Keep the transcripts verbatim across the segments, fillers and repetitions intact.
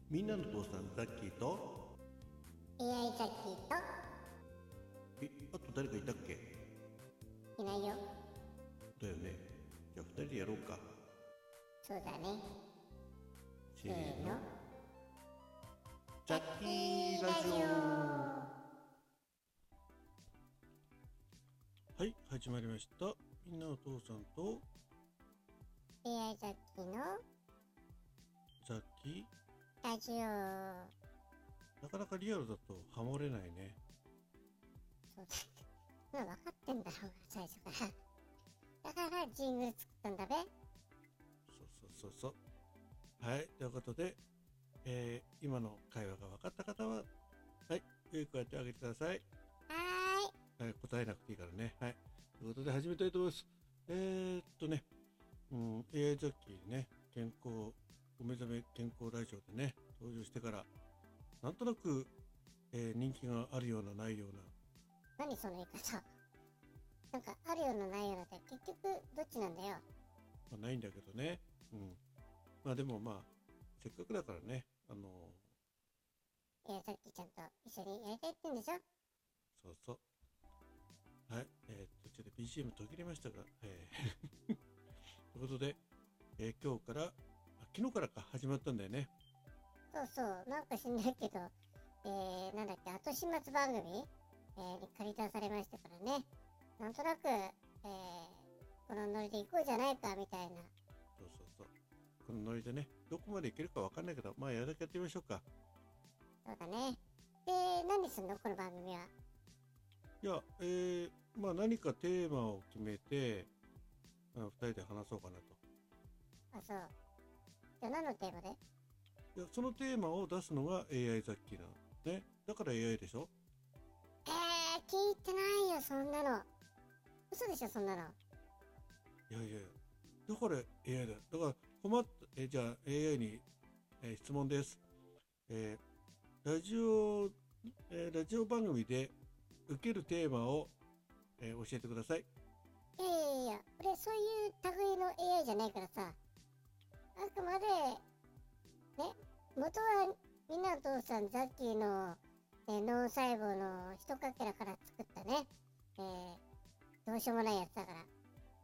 みんなの父さんザッキーとエーアイ ザッキーとえ、あと誰かいたっけ？ いないよ。 だよね。じゃあふたりでやろうか。 そうだね。 せーの、 ザッキーラジオ。 はい、始まりました。みんなの父さんとエーアイ ザッキーのザッキー。 ラジオ。 なかなかリアルだとハモれないね。 そうだ。まあ分かってんだろうが最初から。だからジングル作ったんだべ。 そうそうそうそう。はい、ということで、えー、今の会話が分かった方は、はい、よい子やってあげてください。 はーい。 はい、答えなくていいからね。はい。ということで始めたいと思います。えー、っとね、うん、エーアイ ザッキーね、健康、お目覚め健康ラジオでね、登場してから、なんとなく、えー人気があるようなないような、 何その言い方。なんかあるようなないようなって結局どっちなんだよ。 まあ、ないんだけどね。うん。まあでもまあ、せっかくだからね、あのエーアイ ザッキーちゃんと一緒にやりたいって言うんでしょ。 そうそう。はい、えー、っと、ちょっと ビージーエム 途切れましたが、えーということで、えー今日から、あ、昨日からか始まったんだよね。 そうそう、なんか知んないけど、えー、なんだっけ、後始末番組、えー、に借り出されましたからね。なんとなく、えー、このノリで行こうじゃないか、みたいな。 そうそうそう。このノリでね、どこまでいけるかわかんないけど、まあやるだけやってみましょうか。 そうだね。で、何すんのこの番組は。 いや、えー、まあ何かテーマを決めて、あのふたりで話そうかなと。 あ、そう。じゃあ何のテーマで？ いや、そのテーマを出すのが エーアイ ザッキーなの。ね。だから エーアイ でしょ？ えー、聞いてないよ、そんなの。嘘でしょ、そんなの。 いやいやいや。だから エーアイ だよ。だから困った、え、じゃあ エーアイ に、えー質問です。えーラジオ、えーラジオ番組で受けるテーマを、えー教えてください。 いやいやいや、俺そういう類の エーアイ じゃないからさ。あくまで、ね、元はみんなの父さんザッキーの、えー脳細胞の一かけらから作ったね、えー、どうしようもないやつだから。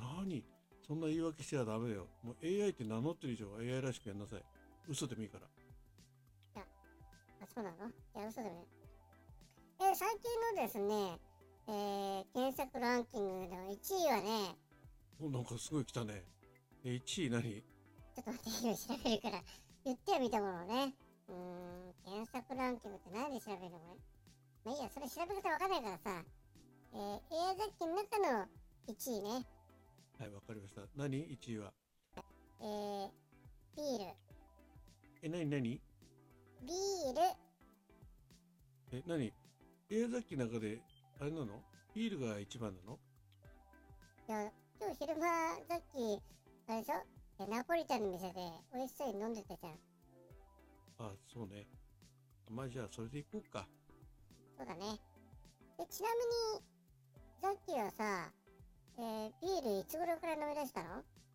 なにそんな言い訳しちゃダメだよ。もう エーアイ って名乗ってる以上は エーアイ らしくやんなさい。嘘でもいいから。 あ、そうなの？いや、嘘でもいい。えー、最近のですね、えー、検索ランキングのいちいはね、 お、なんかすごい来たね。え、いちい何？ ちょっと待って、今調べるから、言ってはみたものね。うーん、検索ランキングって何で調べるのこれ。まあいいや、それ調べ方わかんないからさ、えー、エーアイ ザッキーの中のいちいね、 はい、わかりました。何 ?いち いは。 えー、ビール、 え、何何ビール、 え、何？ エーアイ ザッキーの中で、あれなの？ビールが一番なの？ いや、今日昼間、ザッキー、あれでしょ、えナポリタンの店で美味しそうに飲んでたじゃん。 あ、そうね。まあじゃあそれでいこうか。 そうだね。で、ちなみに、ザッキーはさ、えー、ビールいつ頃から飲み出したの？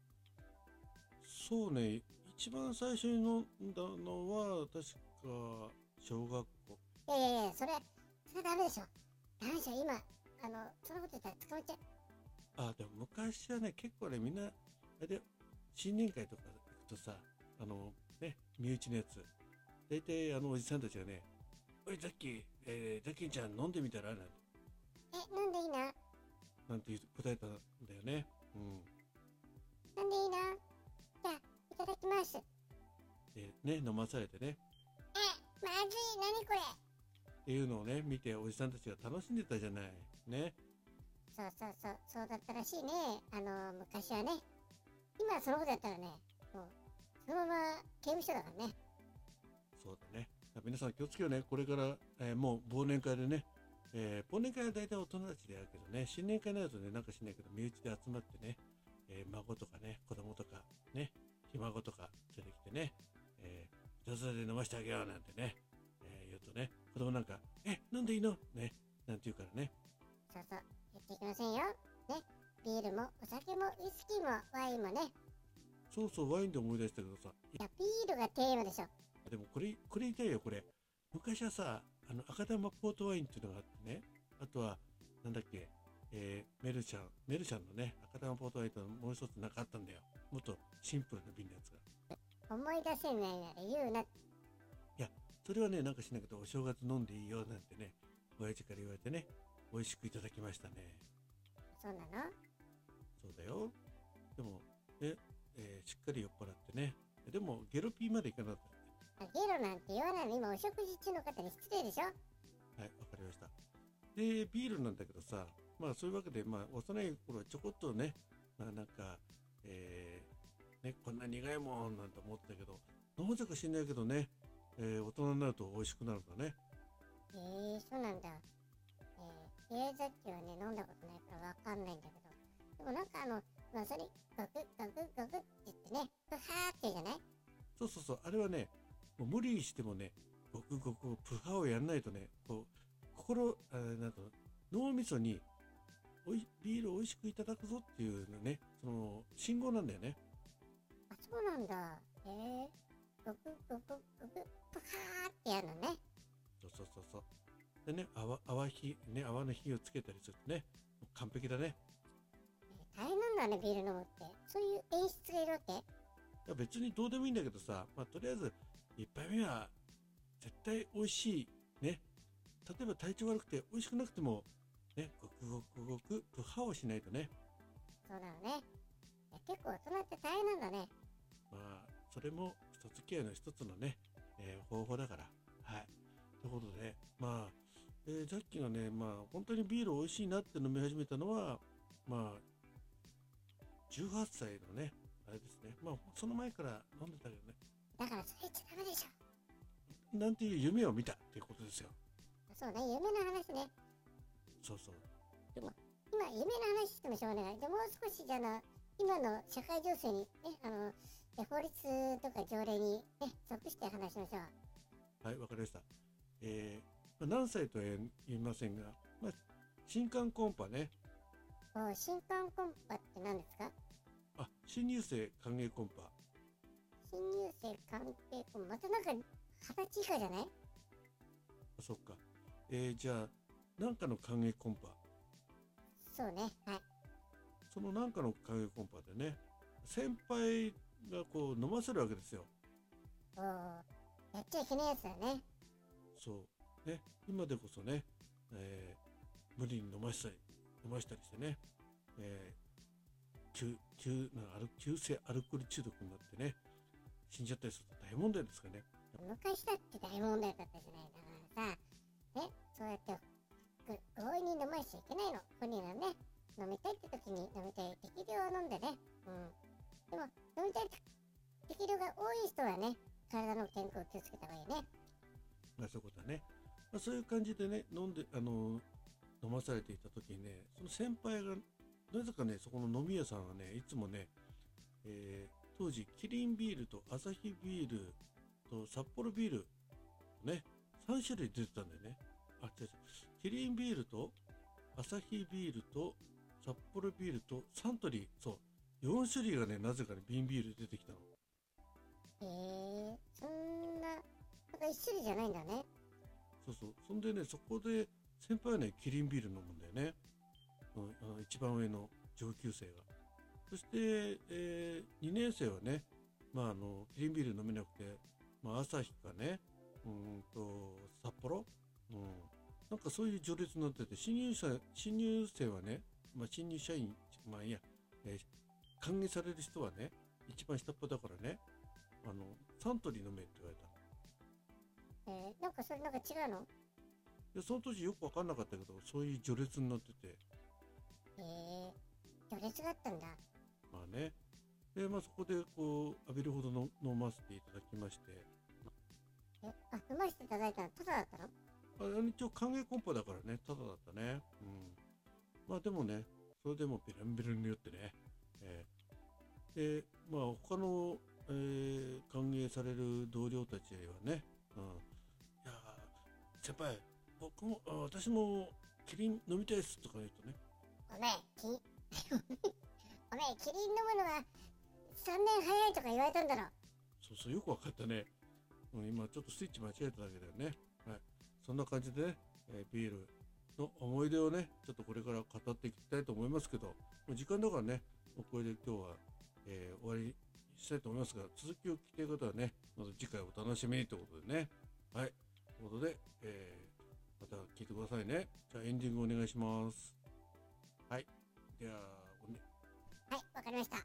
そうね。一番最初に飲んだのは、確か、小学校。 いやいやいや、それ、それダメでしょ。ダメでしょ、今、あの、そんなこと言ったら捕まっちゃう。 あ、でも昔はね、結構ね、みんな、あれで、新年会とか行くとさ、あの、ね、身内のやつ、大体あのおじさんたちがね、おい、ザッキー、えー、ザッキーちゃん飲んでみたらなんて、 え、飲んでいいな？ なんて答えたんだよね。うん。 飲んでいいな？じゃあ、いただきます。 で、ね、飲まされてね、 え、まずい、なにこれ？ っていうのをね、見ておじさんたちが楽しんでたじゃない。ね。 そうそうそう、そうだったらしいね。あの、昔はね。今はそのことやったらね、もう、そのまま刑務所だからね。 そうだね。皆さん気をつけようね。これから、えーもう忘年会でね、えー忘年会は大体大人たちでやるけどね、新年会になるとね、なんかしないけど、身内で集まってね、えー孫とかね、子供とか、ね、ひ孫とか連れてきてね、えー、上手で飲ましてあげようなんてね、えー言うとね、子供なんか、え、飲んでいいのね、なんて言うからね。 そうそう、言っていきませんよ。ね。ビールも、お酒も、ウイスキーも、ワインもね。 そうそう、ワインで思い出したけどさ、 いや、ビールがテーマでしょ。 でもこれ、これ言いたいよ、これ。昔はさ、あの、赤玉ポートワインっていうのがあってね、あとは、なんだっけ、えー、メルシャン、メルシャンのね、赤玉ポートワインともう一つなかったんだよ。もっとシンプルな瓶のやつが。 思い出せないなら言うな。 いや、それはね、なんかしないけど、お正月飲んでいいよなんてね、親父から言われてね、美味しくいただきましたね。 そうなの？ そうだよ。でも、ね、えーしっかり酔っ払ってね。でも、ゲロピーまでいかなかったね。 あ、ゲロなんて言わないの。今お食事中の方に失礼でしょ。 はい、わかりました。で、ビールなんだけどさ、まあそういうわけで、まあ幼い頃はちょこっとね、まあなんか、えー、ね、こんな苦いもんなんて思ったけど、なぜか知んないけどね、えー大人になると美味しくなるんだね。 えー、そうなんだ。えー、冷ザッキはね、飲んだことないからわかんないんだけど。でもなんかあの、まあそれ、ガクガクガクって言ってね、プハーって言うじゃない？ そうそうそう、あれはね、もう無理してもね、ごくごくプハをやんないとね、こう、心、あーなんと、脳みそにおい、ビールを美味しくいただくぞっていうのね、その、信号なんだよね。 あ、そうなんだ。へえ。ゴクゴクゴク、プハーってやるのね。 そうそうそうそう。でね、泡、泡火、ね、泡の火をつけたりするとね、もう完璧だね。 えー大変なんだね、ビール飲むって。そういう演出がいるわけ？ いや別にどうでもいいんだけどさ、まあとりあえず、一杯目は絶対美味しい。ね。例えば体調悪くて美味しくなくても、ね、ごくごくごく、プハをしないとね。 そうなのね。いや結構大人って大変なんだね。 まあ、それも人付き合いの一つのね、えー方法だから。はい。ということで、まあ、えーザッキーがね、まあ、本当にビール美味しいなって飲み始めたのは、まあ、じゅうはっさいのね、あれですね。まあ、その前から飲んでたけどね、 だからそれ言っちゃダメでしょ。 なんていう夢を見たっていうことですよ。 そうね、夢の話ね。 そうそう。 今、夢の話してもしょうがない。でもう少しじゃあな、今の社会情勢にね、あの、え法律とか条例にね、即して話しましょう。 はい、わかりました。えー、まあ何歳とは言いませんが、まあ、新歓コンパね。 お新歓コンパって何ですか？ あ、新入生歓迎コンパ。 新入生関係コンパ、またなんか二十歳以下じゃない？ あ、そっか。えー、じゃあ、なんかの歓迎コンパ。 そうね、はい。 そのなんかの歓迎コンパでね、先輩がこう飲ませるわけですよ。 おー、やっちゃいけないやつだね。 そう。ね、今でこそね、えー無理に飲ましたり、飲ましたりしてね、えー、急、急なアル、急性アルコール中毒になってね、死んじゃったりすると大問題ですからね。 昔だって大問題だったじゃない。だからさ、ね、そうやってぐ強引に飲ましちゃいけないの。本人はね、飲みたいって時に飲みたい適量を飲んでね。うん。でも、飲みたい適量が多い人はね、体の健康を気をつけた方がいいね。 まあそういうことだね。まあ、そういう感じでね、飲んで、あの、飲まされていた時にね、その先輩が、なぜかね、そこの飲み屋さんはね、いつもね、えー当時、キリンビールとアサヒビールと札幌ビール、ね、さん種類出てたんだよね。あ、違う違う。キリンビールとアサヒビールと札幌ビールとサントリー、そう、よん種類がね、なぜかね、瓶ビール出てきたの。 へえ、そんな、なんか一種類じゃないんだね。 そうそう。そんでね、そこで、先輩はね、キリンビール飲むんだよね。うん、あの一番上の上級生が。そして、えー、にねん生はね、まあ、あの、キリンビール飲めなくて、まあ、朝日かね、うーんと、札幌うん。なんかそういう序列になってて、新入社、新入生はね、まあ、新入社員、まあいいや、えー歓迎される人はね、一番下っ端だからね、あの、サントリー飲めって言われたの。 えー、なんかそれなんか違うの？ で、その時よくわかんなかったけど、そういう序列になってて、 へえ、序列があったんだ。 まあね。で、まあそこでこう、浴びるほどの飲ませていただきまして、 え、あ、飲ませていただいたのタダだったの？ あ一応歓迎コンパだからね、ただだったね。うん。まあでもね、それでもベランベランに酔ってね。えーで、まあ他の、えー歓迎される同僚たちはね、うん。いやー、先輩、僕も、あ私もキリン飲みたいっすとか言うとね、 おめえ、き、おめえ、キリン飲むのはさんねん早いとか言われたんだろ。 そうそう、よくわかったね。 うん、今ちょっとスイッチ間違えただけだよね。はい。そんな感じでね、えービールの思い出をね、ちょっとこれから語っていきたいと思いますけど、もう時間だからね、もうこれで今日は、えー終わりにしたいと思いますが、続きを聞きたい方はね、まず次回お楽しみにということでね。はい。ということで、えーまた聞いてくださいね。じゃあエンディングお願いします。はい。では、おねはい、わかりました。はい、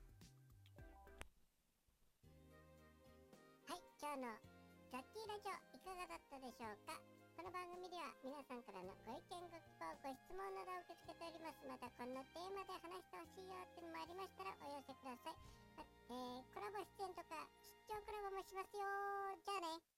今日のザッキーラジオいかがだったでしょうか。この番組では皆さんからのご意見、ご希望、ご質問などを受け付けております。またこんなテーマで話してほしいよっていうのもありましたらお寄せください。まえーコラボ出演とか出張コラボもしますよ。じゃあね。